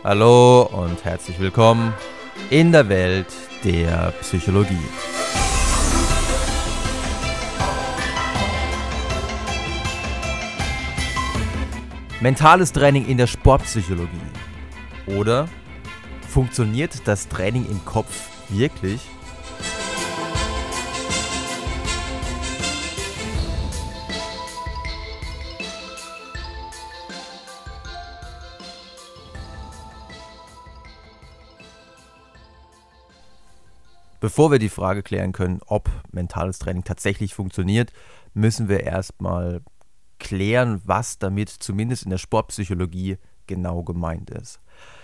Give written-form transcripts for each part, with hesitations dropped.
Hallo und herzlich willkommen in der Welt der Psychologie. Mentales Training in der Sportpsychologie. Oder funktioniert das Training im Kopf wirklich? Bevor wir die Frage klären können, ob mentales Training tatsächlich funktioniert, müssen wir erstmal klären, was damit zumindest in der Sportpsychologie genau gemeint ist.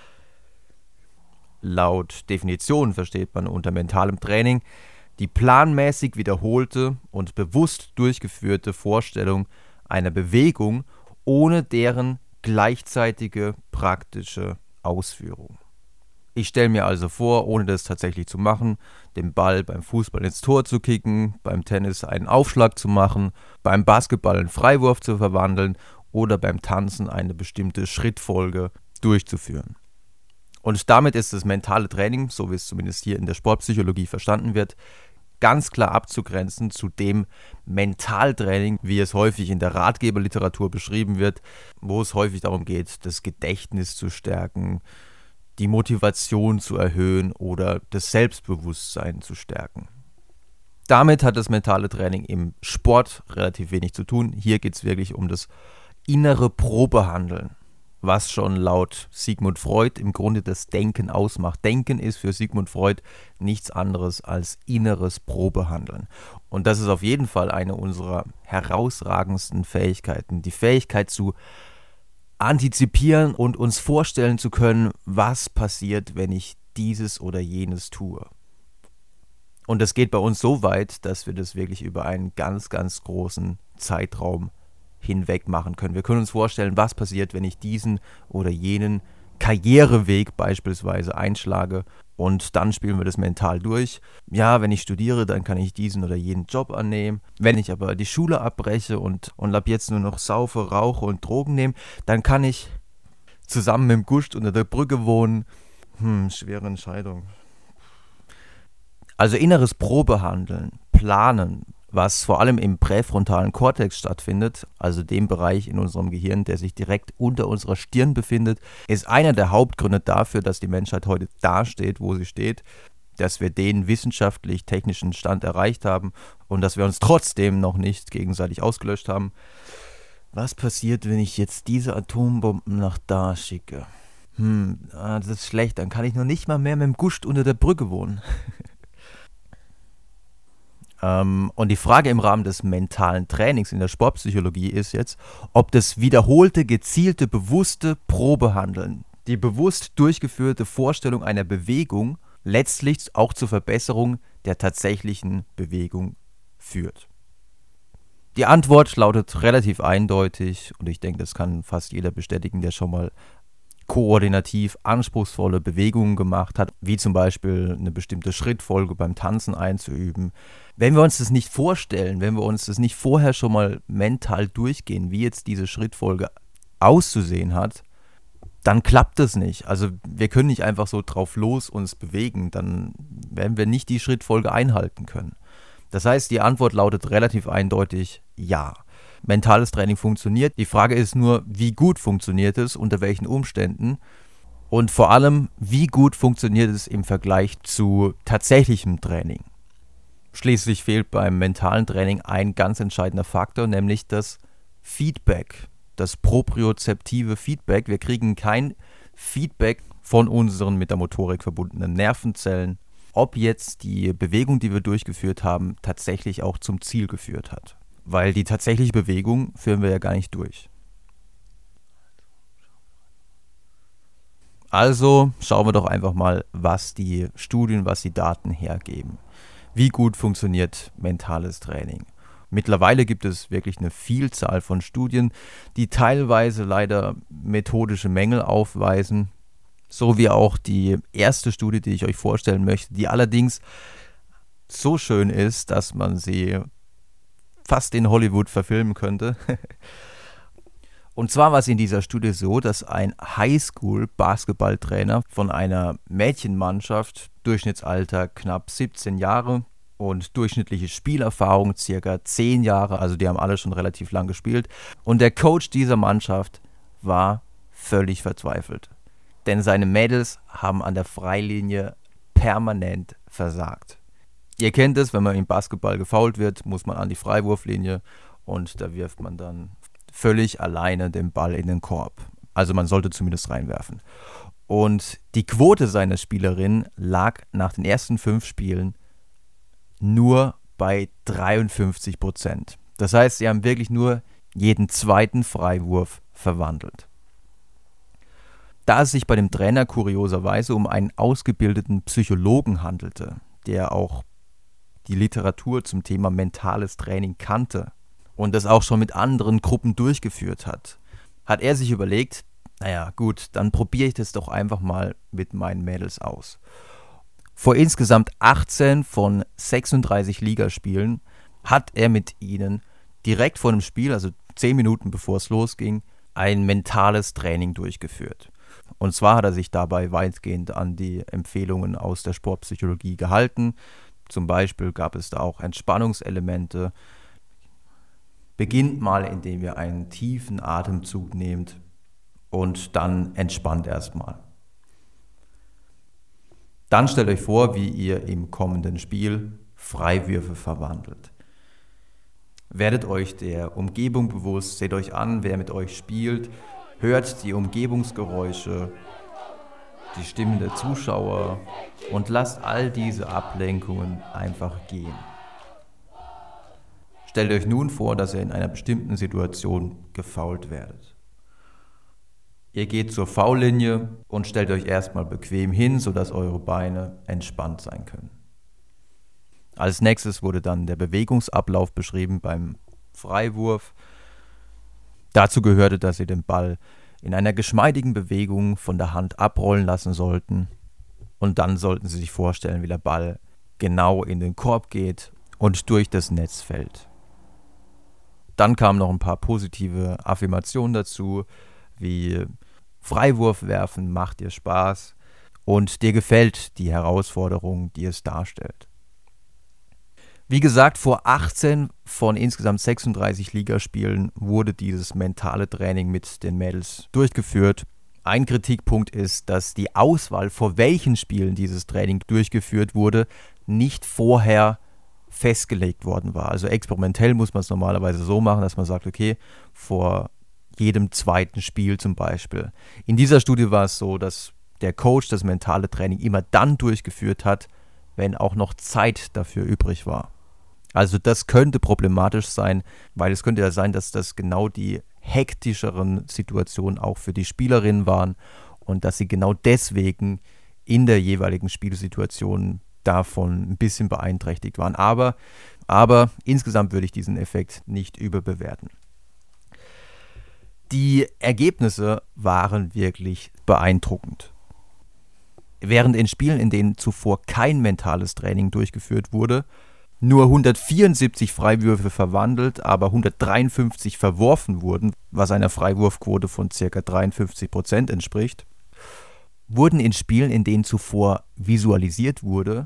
Laut Definition versteht man unter mentalem Training die planmäßig wiederholte und bewusst durchgeführte Vorstellung einer Bewegung ohne deren gleichzeitige praktische Ausführung. Ich stelle mir also vor, ohne das tatsächlich zu machen, den Ball beim Fußball ins Tor zu kicken, beim Tennis einen Aufschlag zu machen, beim Basketball einen Freiwurf zu verwandeln oder beim Tanzen eine bestimmte Schrittfolge durchzuführen. Und damit ist das mentale Training, so wie es zumindest hier in der Sportpsychologie verstanden wird, ganz klar abzugrenzen zu dem Mentaltraining, wie es häufig in der Ratgeberliteratur beschrieben wird, wo es häufig darum geht, das Gedächtnis zu stärken, die Motivation zu erhöhen oder das Selbstbewusstsein zu stärken. Damit hat das mentale Training im Sport relativ wenig zu tun. Hier geht es wirklich um das innere Probehandeln, was schon laut Sigmund Freud im Grunde das Denken ausmacht. Denken ist für Sigmund Freud nichts anderes als inneres Probehandeln. Und das ist auf jeden Fall eine unserer herausragendsten Fähigkeiten. Die Fähigkeit zu antizipieren und uns vorstellen zu können, was passiert, wenn ich dieses oder jenes tue. Und das geht bei uns so weit, dass wir das wirklich über einen ganz, ganz großen Zeitraum hinweg machen können. Wir können uns vorstellen, was passiert, wenn ich diesen oder jenen Karriereweg beispielsweise einschlage, und dann spielen wir das mental durch. Ja, wenn ich studiere, dann kann ich diesen oder jenen Job annehmen. Wenn ich aber die Schule abbreche und ab jetzt nur noch saufe, rauche und Drogen nehme, dann kann ich zusammen mit dem Guscht unter der Brücke wohnen. Schwere Entscheidung. Also inneres Probehandeln, planen, was vor allem im präfrontalen Kortex stattfindet, also dem Bereich in unserem Gehirn, der sich direkt unter unserer Stirn befindet, ist einer der Hauptgründe dafür, dass die Menschheit heute dasteht, wo sie steht, dass wir den wissenschaftlich-technischen Stand erreicht haben und dass wir uns trotzdem noch nicht gegenseitig ausgelöscht haben. Was passiert, wenn ich jetzt diese Atombomben nach da schicke? Das ist schlecht, dann kann ich noch nicht mal mehr mit dem Guscht unter der Brücke wohnen. Und die Frage im Rahmen des mentalen Trainings in der Sportpsychologie ist jetzt, ob das wiederholte, gezielte, bewusste Probehandeln, die bewusst durchgeführte Vorstellung einer Bewegung letztlich auch zur Verbesserung der tatsächlichen Bewegung führt. Die Antwort lautet relativ eindeutig und ich denke, das kann fast jeder bestätigen, der schon mal koordinativ anspruchsvolle Bewegungen gemacht hat, wie zum Beispiel eine bestimmte Schrittfolge beim Tanzen einzuüben. Wenn wir uns das nicht vorstellen, wenn wir uns das nicht vorher schon mal mental durchgehen, wie jetzt diese Schrittfolge auszusehen hat, dann klappt das nicht. Also wir können nicht einfach so drauf los uns bewegen, dann werden wir nicht die Schrittfolge einhalten können. Das heißt, die Antwort lautet relativ eindeutig ja. Mentales Training funktioniert. Die Frage ist nur, wie gut funktioniert es, unter welchen Umständen und vor allem, wie gut funktioniert es im Vergleich zu tatsächlichem Training. Schließlich fehlt beim mentalen Training ein ganz entscheidender Faktor, nämlich das Feedback, das propriozeptive Feedback. Wir kriegen kein Feedback von unseren mit der Motorik verbundenen Nervenzellen, ob jetzt die Bewegung, die wir durchgeführt haben, tatsächlich auch zum Ziel geführt hat. Weil die tatsächliche Bewegung führen wir ja gar nicht durch. Also schauen wir doch einfach mal, was die Studien, was die Daten hergeben. Wie gut funktioniert mentales Training? Mittlerweile gibt es wirklich eine Vielzahl von Studien, die teilweise leider methodische Mängel aufweisen, so wie auch die erste Studie, die ich euch vorstellen möchte, die allerdings so schön ist, dass man sie fast in Hollywood verfilmen könnte. Und zwar war es in dieser Studie so, dass ein Highschool-Basketballtrainer von einer Mädchenmannschaft, Durchschnittsalter knapp 17 Jahre und durchschnittliche Spielerfahrung circa 10 Jahre, also die haben alle schon relativ lang gespielt. Und der Coach dieser Mannschaft war völlig verzweifelt. Denn seine Mädels haben an der Freilinie permanent versagt. Ihr kennt es, wenn man im Basketball gefoult wird, muss man an die Freiwurflinie und da wirft man dann völlig alleine den Ball in den Korb. Also man sollte zumindest reinwerfen. Und die Quote seiner Spielerin lag nach den ersten 5 Spielen nur bei 53%. Das heißt, sie haben wirklich nur jeden zweiten Freiwurf verwandelt. Da es sich bei dem Trainer kurioserweise um einen ausgebildeten Psychologen handelte, der auch die Literatur zum Thema mentales Training kannte und das auch schon mit anderen Gruppen durchgeführt hat, hat er sich überlegt, naja gut, dann probiere ich das doch einfach mal mit meinen Mädels aus. Vor insgesamt 18 von 36 Ligaspielen hat er mit ihnen direkt vor dem Spiel, also 10 Minuten bevor es losging, ein mentales Training durchgeführt. Und zwar hat er sich dabei weitgehend an die Empfehlungen aus der Sportpsychologie gehalten. Zum Beispiel gab es da auch Entspannungselemente. Beginnt mal, indem ihr einen tiefen Atemzug nehmt und dann entspannt erstmal. Dann stellt euch vor, wie ihr im kommenden Spiel Freiwürfe verwandelt. Werdet euch der Umgebung bewusst, seht euch an, wer mit euch spielt, hört die Umgebungsgeräusche, die Stimmen der Zuschauer und lasst all diese Ablenkungen einfach gehen. Stellt euch nun vor, dass ihr in einer bestimmten Situation gefoult werdet. Ihr geht zur Foullinie und stellt euch erstmal bequem hin, sodass eure Beine entspannt sein können. Als nächstes wurde dann der Bewegungsablauf beschrieben beim Freiwurf. Dazu gehörte, dass sie den Ball in einer geschmeidigen Bewegung von der Hand abrollen lassen sollten. Und dann sollten sie sich vorstellen, wie der Ball genau in den Korb geht und durch das Netz fällt. Dann kamen noch ein paar positive Affirmationen dazu, wie Freiwurf werfen macht dir Spaß und dir gefällt die Herausforderung, die es darstellt. Wie gesagt, vor 18 von insgesamt 36 Ligaspielen wurde dieses mentale Training mit den Mädels durchgeführt. Ein Kritikpunkt ist, dass die Auswahl, vor welchen Spielen dieses Training durchgeführt wurde, nicht vorher festgelegt worden war. Also experimentell muss man es normalerweise so machen, dass man sagt, okay, vor jedem zweiten Spiel zum Beispiel. In dieser Studie war es so, dass der Coach das mentale Training immer dann durchgeführt hat, wenn auch noch Zeit dafür übrig war. Also das könnte problematisch sein, weil es könnte ja sein, dass das genau die hektischeren Situationen auch für die Spielerinnen waren und dass sie genau deswegen in der jeweiligen Spielsituation davon ein bisschen beeinträchtigt waren. Aber insgesamt würde ich diesen Effekt nicht überbewerten. Die Ergebnisse waren wirklich beeindruckend. Während in Spielen, in denen zuvor kein mentales Training durchgeführt wurde, nur 174 Freiwürfe verwandelt, aber 153 verworfen wurden, was einer Freiwurfquote von ca. 53% entspricht, wurden in Spielen, in denen zuvor visualisiert wurde,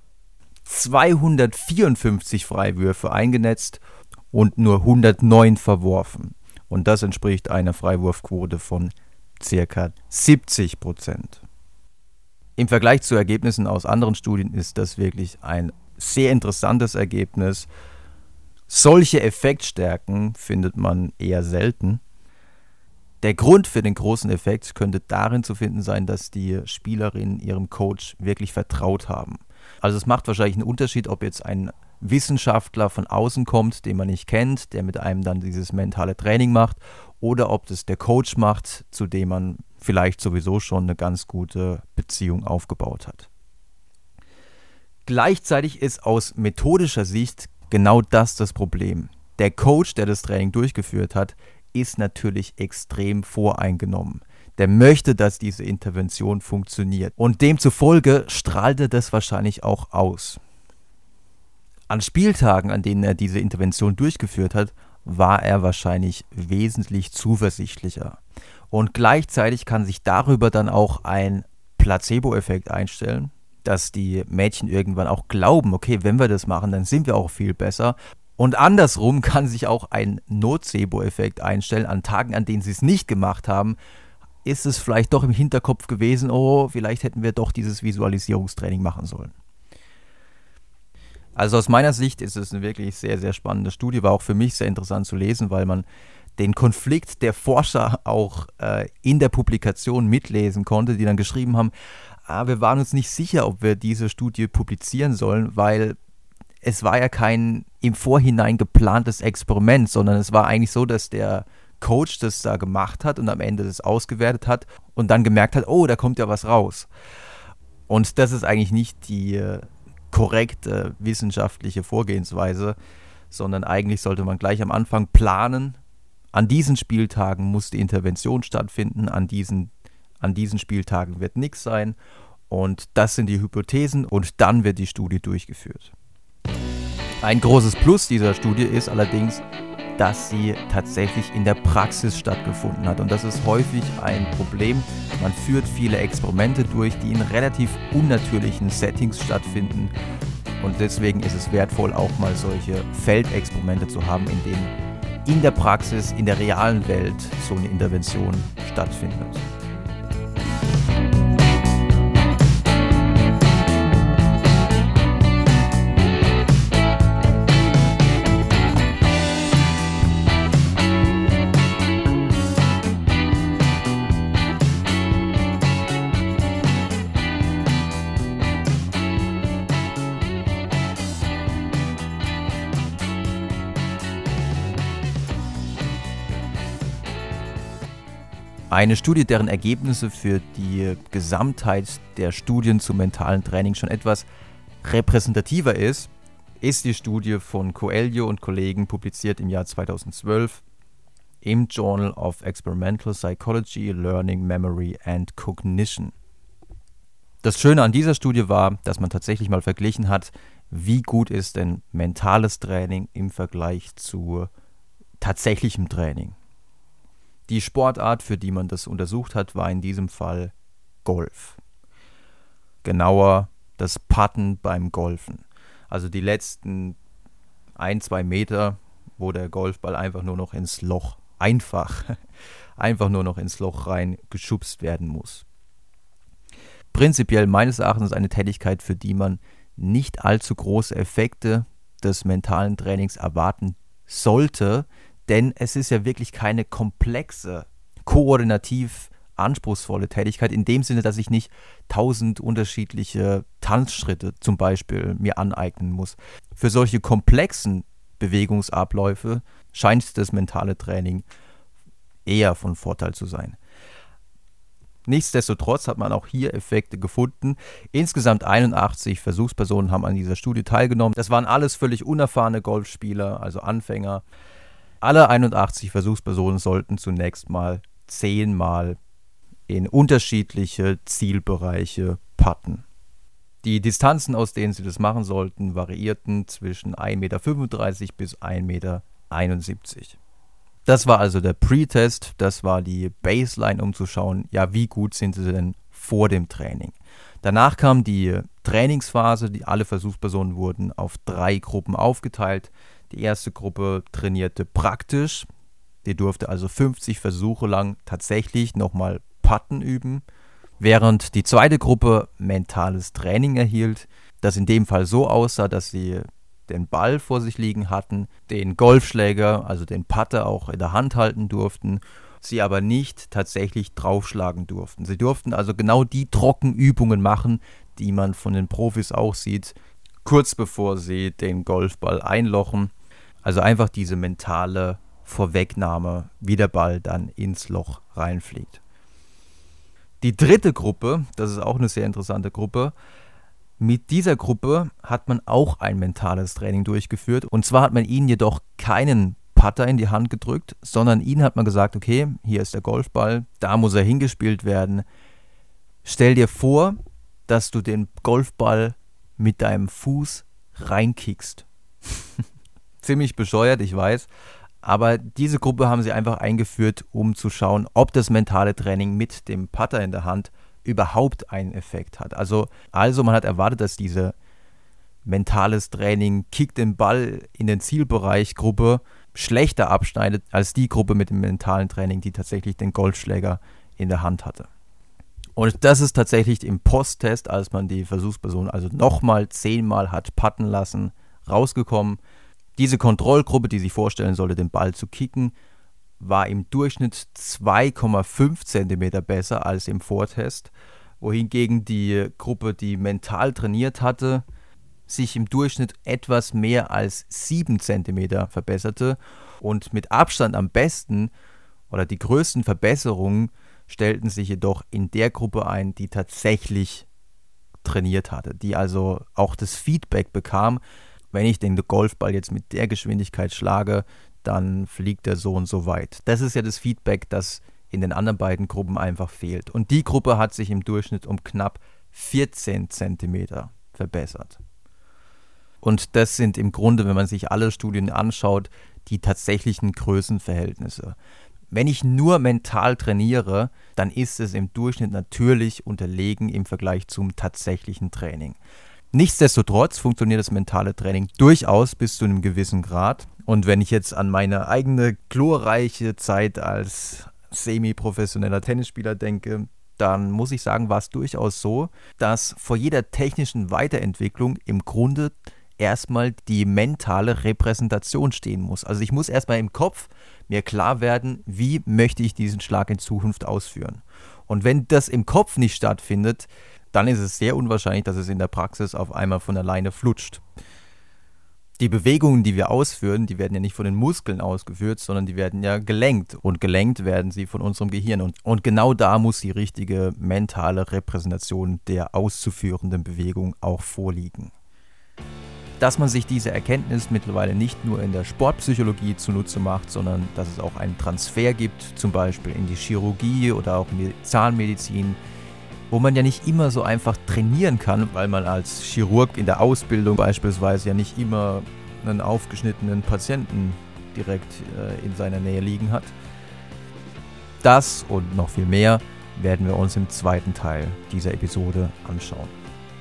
254 Freiwürfe eingenetzt und nur 109 verworfen. Und das entspricht einer Freiwurfquote von ca. 70%. Im Vergleich zu Ergebnissen aus anderen Studien ist das wirklich ein sehr interessantes Ergebnis. Solche Effektstärken findet man eher selten. Der Grund für den großen Effekt könnte darin zu finden sein, dass die Spielerinnen ihrem Coach wirklich vertraut haben. Also es macht wahrscheinlich einen Unterschied, ob jetzt ein Wissenschaftler von außen kommt, den man nicht kennt, der mit einem dann dieses mentale Training macht, oder ob das der Coach macht, zu dem man vielleicht sowieso schon eine ganz gute Beziehung aufgebaut hat. Gleichzeitig ist aus methodischer Sicht genau das Problem. Der Coach, der das Training durchgeführt hat, ist natürlich extrem voreingenommen. Der möchte, dass diese Intervention funktioniert. Und demzufolge strahlt er das wahrscheinlich auch aus. An Spieltagen, an denen er diese Intervention durchgeführt hat, war er wahrscheinlich wesentlich zuversichtlicher. Und gleichzeitig kann sich darüber dann auch ein Placebo-Effekt einstellen, dass die Mädchen irgendwann auch glauben, okay, wenn wir das machen, dann sind wir auch viel besser. Und andersrum kann sich auch ein Nocebo-Effekt einstellen. An Tagen, an denen sie es nicht gemacht haben, ist es vielleicht doch im Hinterkopf gewesen, oh, vielleicht hätten wir doch dieses Visualisierungstraining machen sollen. Also aus meiner Sicht ist es eine wirklich sehr, sehr spannende Studie. War auch für mich sehr interessant zu lesen, weil man den Konflikt der Forscher auch in der Publikation mitlesen konnte, die dann geschrieben haben, wir waren uns nicht sicher, ob wir diese Studie publizieren sollen, weil es war ja kein im Vorhinein geplantes Experiment, sondern es war eigentlich so, dass der Coach das da gemacht hat und am Ende das ausgewertet hat und dann gemerkt hat, oh, da kommt ja was raus. Und das ist eigentlich nicht die korrekte wissenschaftliche Vorgehensweise, sondern eigentlich sollte man gleich am Anfang planen, an diesen Spieltagen muss die Intervention stattfinden, an diesen Spieltagen wird nichts sein und das sind die Hypothesen und dann wird die Studie durchgeführt. Ein großes Plus dieser Studie ist allerdings, dass sie tatsächlich in der Praxis stattgefunden hat und das ist häufig ein Problem. Man führt viele Experimente durch, die in relativ unnatürlichen Settings stattfinden und deswegen ist es wertvoll, auch mal solche Feldexperimente zu haben, in denen in der Praxis, in der realen Welt so eine Intervention stattfindet. Eine Studie, deren Ergebnisse für die Gesamtheit der Studien zum mentalen Training schon etwas repräsentativer ist die Studie von Coelho und Kollegen, publiziert im Jahr 2012 im Journal of Experimental Psychology, Learning, Memory and Cognition. Das Schöne an dieser Studie war, dass man tatsächlich mal verglichen hat, wie gut ist denn mentales Training im Vergleich zu tatsächlichem Training. Die Sportart, für die man das untersucht hat, war in diesem Fall Golf. Genauer das Putten beim Golfen. Also die letzten 1-2 Meter, wo der Golfball einfach nur noch ins Loch rein geschubst werden muss. Prinzipiell meines Erachtens eine Tätigkeit, für die man nicht allzu große Effekte des mentalen Trainings erwarten sollte, denn es ist ja wirklich keine komplexe, koordinativ anspruchsvolle Tätigkeit, in dem Sinne, dass ich nicht 1000 unterschiedliche Tanzschritte zum Beispiel mir aneignen muss. Für solche komplexen Bewegungsabläufe scheint das mentale Training eher von Vorteil zu sein. Nichtsdestotrotz hat man auch hier Effekte gefunden. Insgesamt 81 Versuchspersonen haben an dieser Studie teilgenommen. Das waren alles völlig unerfahrene Golfspieler, also Anfänger. Alle 81 Versuchspersonen sollten zunächst mal 10 Mal in unterschiedliche Zielbereiche putten. Die Distanzen, aus denen sie das machen sollten, variierten zwischen 1,35 Meter bis 1,71 Meter. Das war also der Pre-Test, das war die Baseline, um zu schauen, ja, wie gut sind sie denn vor dem Training. Danach kam die Trainingsphase, alle Versuchspersonen wurden auf 3 Gruppen aufgeteilt. Die erste Gruppe trainierte praktisch, die durfte also 50 Versuche lang tatsächlich nochmal Putten üben, während die zweite Gruppe mentales Training erhielt, das in dem Fall so aussah, dass sie den Ball vor sich liegen hatten, den Golfschläger, also den Putter auch in der Hand halten durften, sie aber nicht tatsächlich draufschlagen durften. Sie durften also genau die Trockenübungen machen, die man von den Profis auch sieht, kurz bevor sie den Golfball einlochen. Also einfach diese mentale Vorwegnahme, wie der Ball dann ins Loch reinfliegt. Die dritte Gruppe, das ist auch eine sehr interessante Gruppe, mit dieser Gruppe hat man auch ein mentales Training durchgeführt. Und zwar hat man ihnen jedoch keinen Putter in die Hand gedrückt, sondern ihnen hat man gesagt, okay, hier ist der Golfball, da muss er hingespielt werden. Stell dir vor, dass du den Golfball mit deinem Fuß reinkickst. Ziemlich bescheuert, ich weiß, Aber diese Gruppe haben sie einfach eingeführt, um zu schauen, ob das mentale Training mit dem Putter in der Hand überhaupt einen Effekt hat. Also man hat erwartet, dass diese mentales Training, Kick den Ball in den Zielbereich Gruppe schlechter abschneidet als die Gruppe mit dem mentalen Training, die tatsächlich den Golfschläger in der Hand hatte. Und das ist tatsächlich im Posttest, als man die Versuchsperson also nochmal 10-mal hat putten lassen, rausgekommen. Diese Kontrollgruppe, die sich vorstellen sollte, den Ball zu kicken, war im Durchschnitt 2,5 cm besser als im Vortest, wohingegen die Gruppe, die mental trainiert hatte, sich im Durchschnitt etwas mehr als 7 cm verbesserte. Und mit Abstand am besten oder die größten Verbesserungen stellten sich jedoch in der Gruppe ein, die tatsächlich trainiert hatte, die also auch das Feedback bekam, wenn ich den Golfball jetzt mit der Geschwindigkeit schlage, dann fliegt er so und so weit. Das ist ja das Feedback, das in den anderen beiden Gruppen einfach fehlt. Und die Gruppe hat sich im Durchschnitt um knapp 14 cm verbessert. Und das sind im Grunde, wenn man sich alle Studien anschaut, die tatsächlichen Größenverhältnisse. Wenn ich nur mental trainiere, dann ist es im Durchschnitt natürlich unterlegen im Vergleich zum tatsächlichen Training. Nichtsdestotrotz funktioniert das mentale Training durchaus bis zu einem gewissen Grad. Und wenn ich jetzt an meine eigene glorreiche Zeit als semi-professioneller Tennisspieler denke, dann muss ich sagen, war es durchaus so, dass vor jeder technischen Weiterentwicklung im Grunde erstmal die mentale Repräsentation stehen muss. Also ich muss erstmal im Kopf mir klar werden, wie möchte ich diesen Schlag in Zukunft ausführen. Und wenn das im Kopf nicht stattfindet, dann ist es sehr unwahrscheinlich, dass es in der Praxis auf einmal von alleine flutscht. Die Bewegungen, die wir ausführen, die werden ja nicht von den Muskeln ausgeführt, sondern die werden ja gelenkt. Und gelenkt werden sie von unserem Gehirn. Und genau da muss die richtige mentale Repräsentation der auszuführenden Bewegung auch vorliegen. Dass man sich diese Erkenntnis mittlerweile nicht nur in der Sportpsychologie zunutze macht, sondern dass es auch einen Transfer gibt, zum Beispiel in die Chirurgie oder auch in die Zahnmedizin, wo man ja nicht immer so einfach trainieren kann, weil man als Chirurg in der Ausbildung beispielsweise ja nicht immer einen aufgeschnittenen Patienten direkt in seiner Nähe liegen hat. Das und noch viel mehr werden wir uns im zweiten Teil dieser Episode anschauen.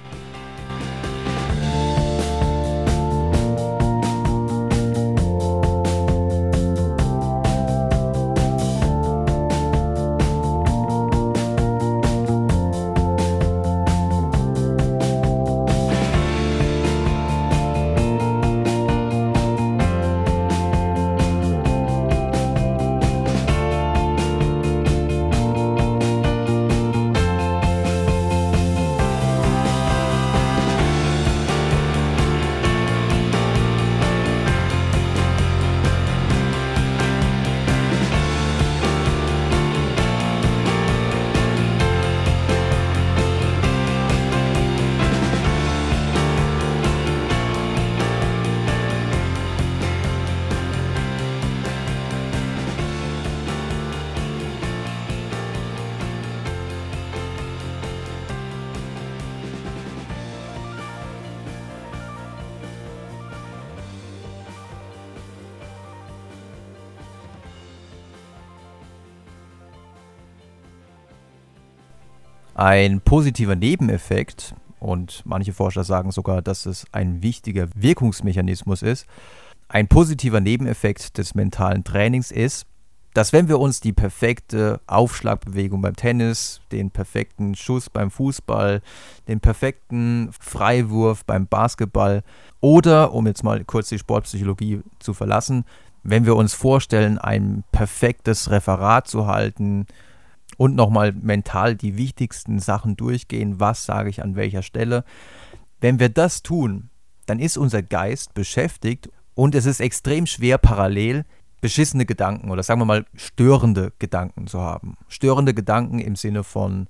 Ein positiver Nebeneffekt, und manche Forscher sagen sogar, dass es ein wichtiger Wirkungsmechanismus ist, ein positiver Nebeneffekt des mentalen Trainings ist, dass wenn wir uns die perfekte Aufschlagbewegung beim Tennis, den perfekten Schuss beim Fußball, den perfekten Freiwurf beim Basketball oder, um jetzt mal kurz die Sportpsychologie zu verlassen, wenn wir uns vorstellen, ein perfektes Referat zu halten, und nochmal mental die wichtigsten Sachen durchgehen, was sage ich an welcher Stelle. Wenn wir das tun, dann ist unser Geist beschäftigt und es ist extrem schwer, parallel beschissene Gedanken oder sagen wir mal störende Gedanken zu haben. Störende Gedanken im Sinne von,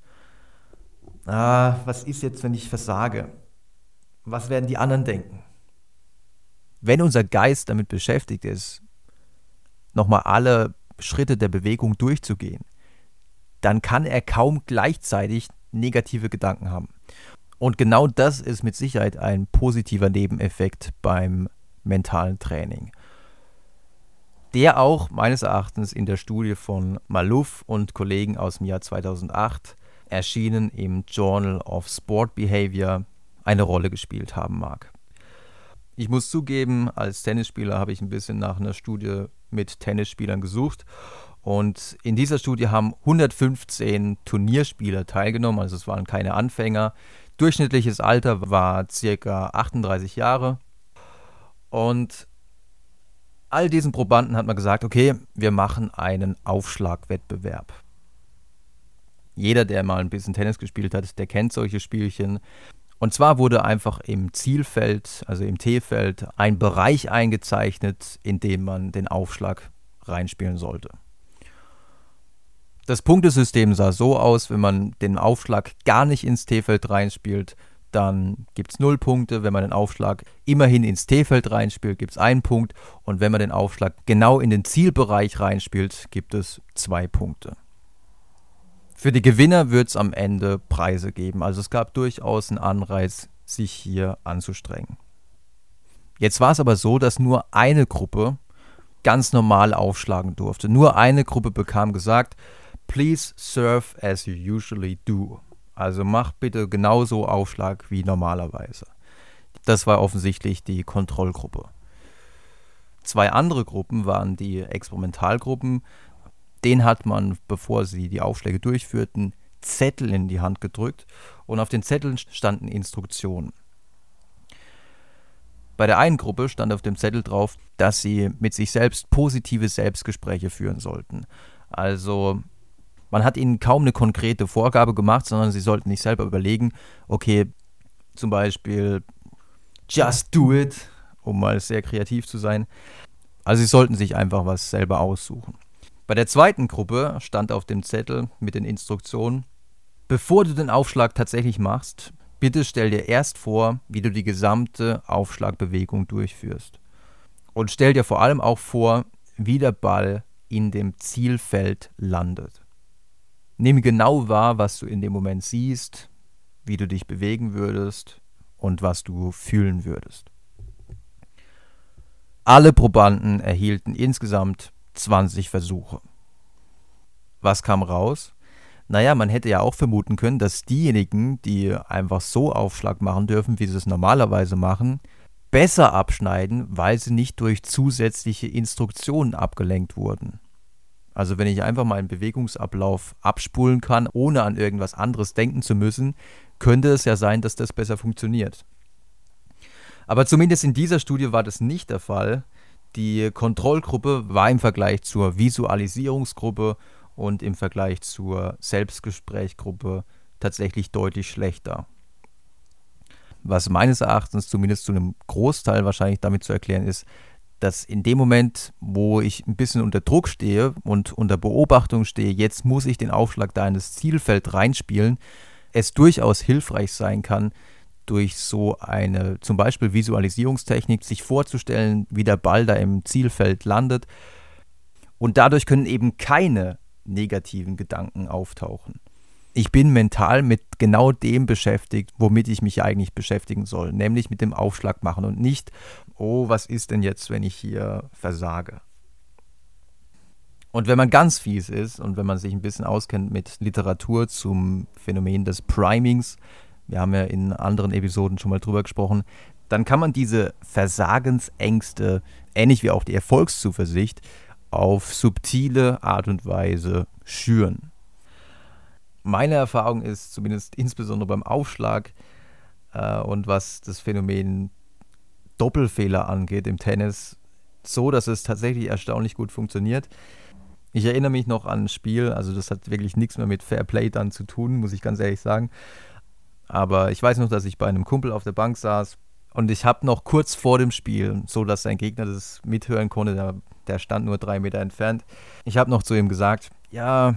was ist jetzt, wenn ich versage? Was werden die anderen denken? Wenn unser Geist damit beschäftigt ist, nochmal alle Schritte der Bewegung durchzugehen, dann kann er kaum gleichzeitig negative Gedanken haben. Und genau das ist mit Sicherheit ein positiver Nebeneffekt beim mentalen Training. der auch meines Erachtens in der Studie von Malouf und Kollegen aus dem Jahr 2008, erschienen im Journal of Sport Behavior, eine Rolle gespielt haben mag. Ich muss zugeben, als Tennisspieler habe ich ein bisschen nach einer Studie mit Tennisspielern gesucht und in dieser Studie haben 115 Turnierspieler teilgenommen, also es waren keine Anfänger. Durchschnittliches Alter war ca. 38 Jahre und all diesen Probanden hat man gesagt, okay, wir machen einen Aufschlagwettbewerb. Jeder, der mal ein bisschen Tennis gespielt hat, der kennt solche Spielchen. Und zwar wurde einfach im Zielfeld, also im T-Feld, ein Bereich eingezeichnet, in dem man den Aufschlag reinspielen sollte. Das Punktesystem sah so aus, wenn man den Aufschlag gar nicht ins T-Feld reinspielt, dann gibt es 0 Punkte. Wenn man den Aufschlag immerhin ins T-Feld reinspielt, gibt es 1 Punkt. Und wenn man den Aufschlag genau in den Zielbereich reinspielt, gibt es 2 Punkte. Für die Gewinner wird es am Ende Preise geben. Also es gab durchaus einen Anreiz, sich hier anzustrengen. Jetzt war es aber so, dass nur eine Gruppe ganz normal aufschlagen durfte. Nur eine Gruppe bekam gesagt, please serve as you usually do. Also mach bitte genauso Aufschlag wie normalerweise. Das war offensichtlich die Kontrollgruppe. 2 andere Gruppen waren die Experimentalgruppen. Den hat man, bevor sie die Aufschläge durchführten, Zettel in die Hand gedrückt und auf den Zetteln standen Instruktionen. Bei der einen Gruppe stand auf dem Zettel drauf, dass sie mit sich selbst positive Selbstgespräche führen sollten. Also man hat ihnen kaum eine konkrete Vorgabe gemacht, sondern sie sollten sich selber überlegen, okay, zum Beispiel just do it, um mal sehr kreativ zu sein. Also sie sollten sich einfach was selber aussuchen. Bei der zweiten Gruppe stand auf dem Zettel mit den Instruktionen, bevor du den Aufschlag tatsächlich machst, bitte stell dir erst vor, wie du die gesamte Aufschlagbewegung durchführst. Und stell dir vor allem auch vor, wie der Ball in dem Zielfeld landet. Nimm genau wahr, was du in dem Moment siehst, wie du dich bewegen würdest und was du fühlen würdest. Alle Probanden erhielten insgesamt 20 Versuche. Was kam raus? Naja, man hätte ja auch vermuten können, dass diejenigen, die einfach so Aufschlag machen dürfen, wie sie es normalerweise machen, besser abschneiden, weil sie nicht durch zusätzliche Instruktionen abgelenkt wurden. Also wenn ich einfach mal einen Bewegungsablauf abspulen kann, ohne an irgendwas anderes denken zu müssen, könnte es ja sein, dass das besser funktioniert. Aber zumindest in dieser Studie war das nicht der Fall. Die Kontrollgruppe war im Vergleich zur Visualisierungsgruppe und im Vergleich zur Selbstgesprächgruppe tatsächlich deutlich schlechter. Was meines Erachtens zumindest zu einem Großteil wahrscheinlich damit zu erklären ist, dass in dem Moment, wo ich ein bisschen unter Druck stehe und unter Beobachtung stehe, jetzt muss ich den Aufschlag da in das Zielfeld reinspielen, es durchaus hilfreich sein kann, durch so eine zum Beispiel Visualisierungstechnik sich vorzustellen, wie der Ball da im Zielfeld landet. Und dadurch können eben keine negativen Gedanken auftauchen. Ich bin mental mit genau dem beschäftigt, womit ich mich eigentlich beschäftigen soll, nämlich mit dem Aufschlag machen und nicht, oh, was ist denn jetzt, wenn ich hier versage? Und wenn man ganz fies ist und wenn man sich ein bisschen auskennt mit Literatur zum Phänomen des Primings, wir haben ja in anderen Episoden schon mal drüber gesprochen, dann kann man diese Versagensängste, ähnlich wie auch die Erfolgszuversicht, auf subtile Art und Weise schüren. Meine Erfahrung ist, zumindest insbesondere beim Aufschlag und was das Phänomen Doppelfehler angeht im Tennis, so, dass es tatsächlich erstaunlich gut funktioniert. Ich erinnere mich noch an ein Spiel, also das hat wirklich nichts mehr mit Fair Play dann zu tun, muss ich ganz ehrlich sagen. Aber ich weiß noch, dass ich bei einem Kumpel auf der Bank saß und ich habe noch kurz vor dem Spiel, so dass sein Gegner das mithören konnte, der stand nur 3 Meter entfernt. Ich habe noch zu ihm gesagt, ja,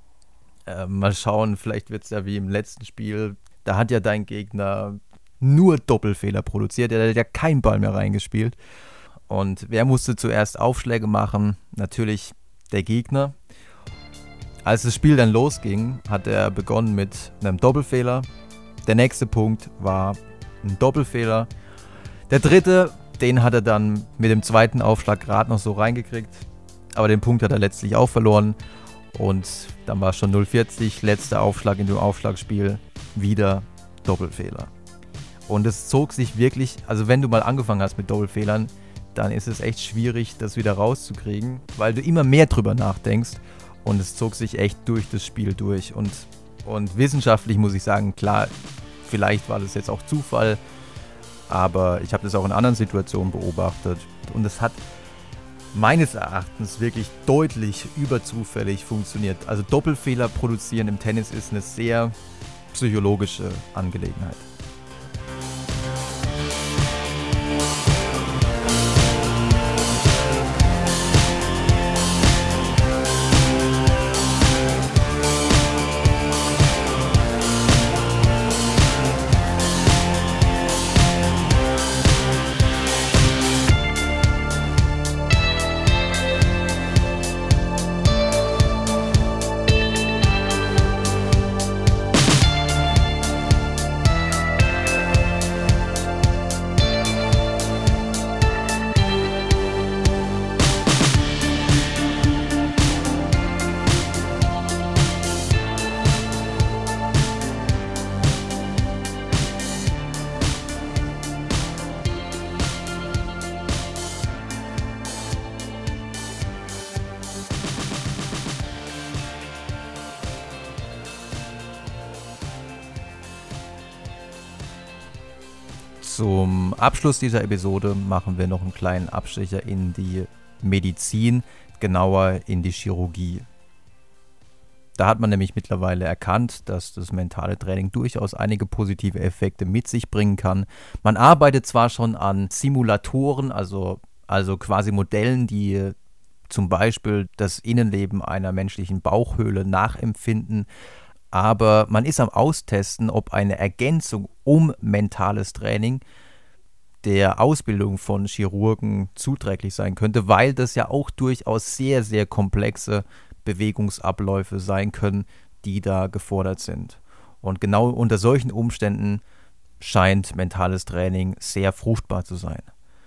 mal schauen, vielleicht wird es ja wie im letzten Spiel. Da hat ja dein Gegner nur Doppelfehler produziert, der hat ja keinen Ball mehr reingespielt. Und wer musste zuerst Aufschläge machen? Natürlich der Gegner. Als das Spiel dann losging, hat er begonnen mit einem Doppelfehler. Der nächste Punkt war ein Doppelfehler. Der dritte, den hat er dann mit dem zweiten Aufschlag gerade noch so reingekriegt. aber den Punkt hat er letztlich auch verloren. Und dann war es schon 0:40, letzter Aufschlag in dem Aufschlagspiel, wieder Doppelfehler. Und es zog sich wirklich, also wenn du mal angefangen hast mit Doppelfehlern, dann ist es echt schwierig, das wieder rauszukriegen, weil du immer mehr drüber nachdenkst und es zog sich echt durch das Spiel durch. Und wissenschaftlich muss ich sagen, klar, vielleicht war das jetzt auch Zufall, aber ich habe das auch in anderen Situationen beobachtet und es hat meines Erachtens wirklich deutlich überzufällig funktioniert. Also Doppelfehler produzieren im Tennis ist eine sehr psychologische Angelegenheit. Zum Abschluss dieser Episode machen wir noch einen kleinen Abstecher in die Medizin, genauer in die Chirurgie. Da hat man nämlich mittlerweile erkannt, dass das mentale Training durchaus einige positive Effekte mit sich bringen kann. Man arbeitet zwar schon an Simulatoren, also quasi Modellen, die zum Beispiel das Innenleben einer menschlichen Bauchhöhle nachempfinden, aber man ist am Austesten, ob eine Ergänzung um mentales Training der Ausbildung von Chirurgen zuträglich sein könnte, weil das ja auch durchaus sehr, sehr komplexe Bewegungsabläufe sein können, die da gefordert sind. Und genau unter solchen Umständen scheint mentales Training sehr fruchtbar zu sein.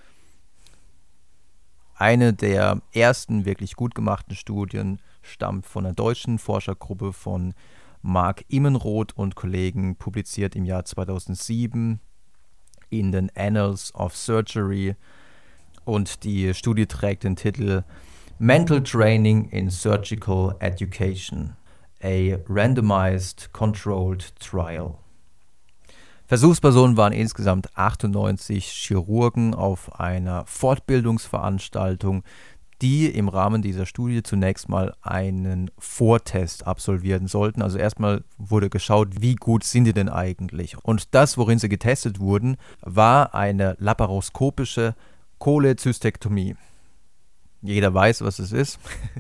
Eine der ersten wirklich gut gemachten Studien stammt von einer deutschen Forschergruppe von Marc Immenroth und Kollegen, publiziert im Jahr 2007 in den Annals of Surgery, und die Studie trägt den Titel Mental Training in Surgical Education, a Randomized Controlled Trial. Versuchspersonen waren insgesamt 98 Chirurgen auf einer Fortbildungsveranstaltung, die im Rahmen dieser Studie zunächst mal einen Vortest absolvieren sollten. Also erstmal wurde geschaut, wie gut sind die denn eigentlich? Und das, worin sie getestet wurden, war eine laparoskopische Cholezystektomie. Jeder weiß, was es ist.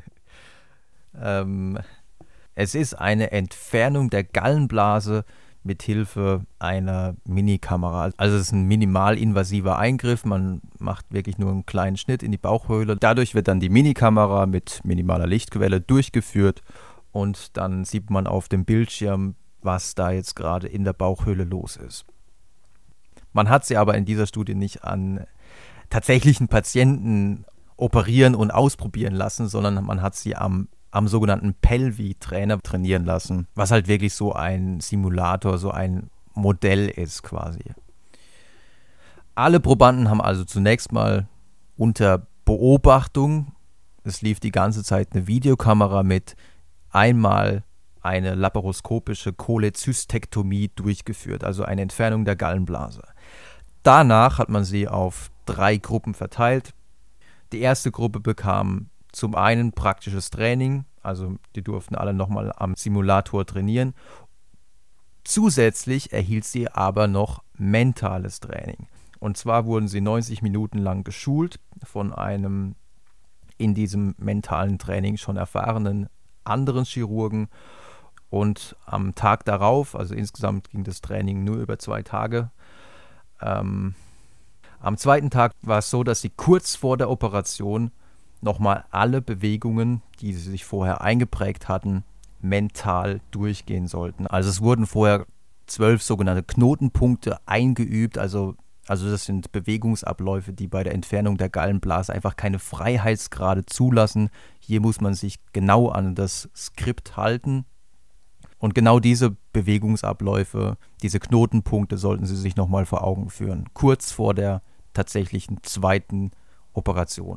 Es ist eine Entfernung der Gallenblase mit Hilfe einer Minikamera. Also es ist ein minimalinvasiver Eingriff, man macht wirklich nur einen kleinen Schnitt in die Bauchhöhle. Dadurch wird dann die Minikamera mit minimaler Lichtquelle durchgeführt und dann sieht man auf dem Bildschirm, was da jetzt gerade in der Bauchhöhle los ist. Man hat sie aber in dieser Studie nicht an tatsächlichen Patienten operieren und ausprobieren lassen, sondern man hat sie am sogenannten Pelvi-Trainer trainieren lassen, was halt wirklich so ein Simulator, so ein Modell ist quasi. Alle Probanden haben also zunächst mal unter Beobachtung, es lief die ganze Zeit eine Videokamera mit, einmal eine laparoskopische Cholezystektomie durchgeführt, also eine Entfernung der Gallenblase. Danach hat man sie auf 3 Gruppen verteilt. Die erste Gruppe bekam zum einen praktisches Training, also die durften alle nochmal am Simulator trainieren. Zusätzlich erhielt sie aber noch mentales Training. Und zwar wurden sie 90 Minuten lang geschult von einem in diesem mentalen Training schon erfahrenen anderen Chirurgen. Und am Tag darauf, also insgesamt ging das Training nur über 2 Tage, am zweiten Tag war es so, dass sie kurz vor der Operation nochmal alle Bewegungen, die sie sich vorher eingeprägt hatten, mental durchgehen sollten. Also es wurden vorher 12 sogenannte Knotenpunkte eingeübt, also Also das sind Bewegungsabläufe, die bei der Entfernung der Gallenblase einfach keine Freiheitsgrade zulassen. Hier muss man sich genau an das Skript halten. Und genau diese Bewegungsabläufe, diese Knotenpunkte sollten Sie sich nochmal vor Augen führen, kurz vor der tatsächlichen zweiten Operation.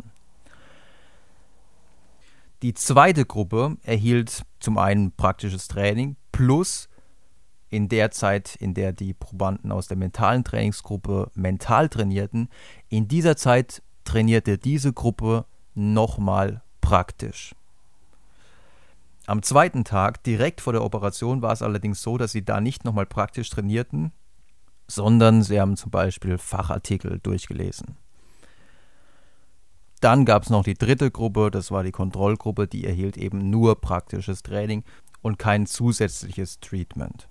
Die zweite Gruppe erhielt zum einen praktisches Training plus in der Zeit, in der die Probanden aus der mentalen Trainingsgruppe mental trainierten, in dieser Zeit trainierte diese Gruppe nochmal praktisch. Am zweiten Tag, direkt vor der Operation, war es allerdings so, dass sie da nicht nochmal praktisch trainierten, sondern sie haben zum Beispiel Fachartikel durchgelesen. Dann gab es noch die dritte Gruppe, das war die Kontrollgruppe, die erhielt eben nur praktisches Training und kein zusätzliches Treatment.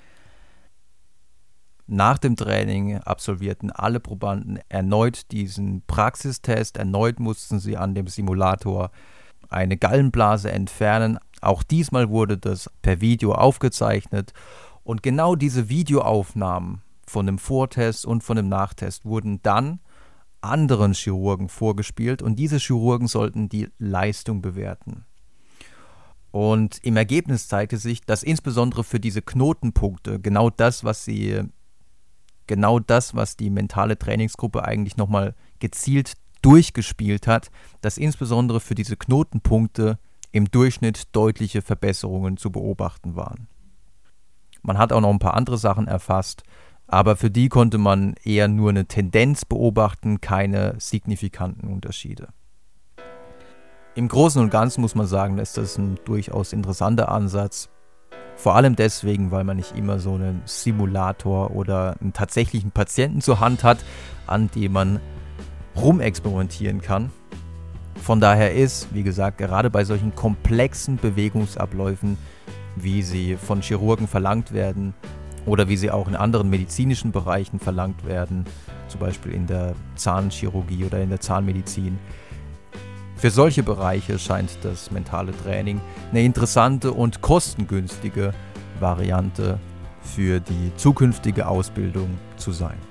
Nach dem Training absolvierten alle Probanden erneut diesen Praxistest, erneut mussten sie an dem Simulator eine Gallenblase entfernen. Auch diesmal wurde das per Video aufgezeichnet und genau diese Videoaufnahmen von dem Vortest und von dem Nachtest wurden dann anderen Chirurgen vorgespielt und diese Chirurgen sollten die Leistung bewerten. Und im Ergebnis zeigte sich, dass insbesondere für diese Knotenpunkte genau das, was die mentale Trainingsgruppe eigentlich nochmal gezielt durchgespielt hat, dass insbesondere für diese Knotenpunkte im Durchschnitt deutliche Verbesserungen zu beobachten waren. Man hat auch noch ein paar andere Sachen erfasst, aber für die konnte man eher nur eine Tendenz beobachten, keine signifikanten Unterschiede. Im Großen und Ganzen muss man sagen, ist das ein durchaus interessanter Ansatz. Vor allem deswegen, weil man nicht immer so einen Simulator oder einen tatsächlichen Patienten zur Hand hat, an dem man rumexperimentieren kann. Von daher ist, wie gesagt, gerade bei solchen komplexen Bewegungsabläufen, wie sie von Chirurgen verlangt werden oder wie sie auch in anderen medizinischen Bereichen verlangt werden, zum Beispiel in der Zahnchirurgie oder in der Zahnmedizin, für solche Bereiche scheint das mentale Training eine interessante und kostengünstige Variante für die zukünftige Ausbildung zu sein.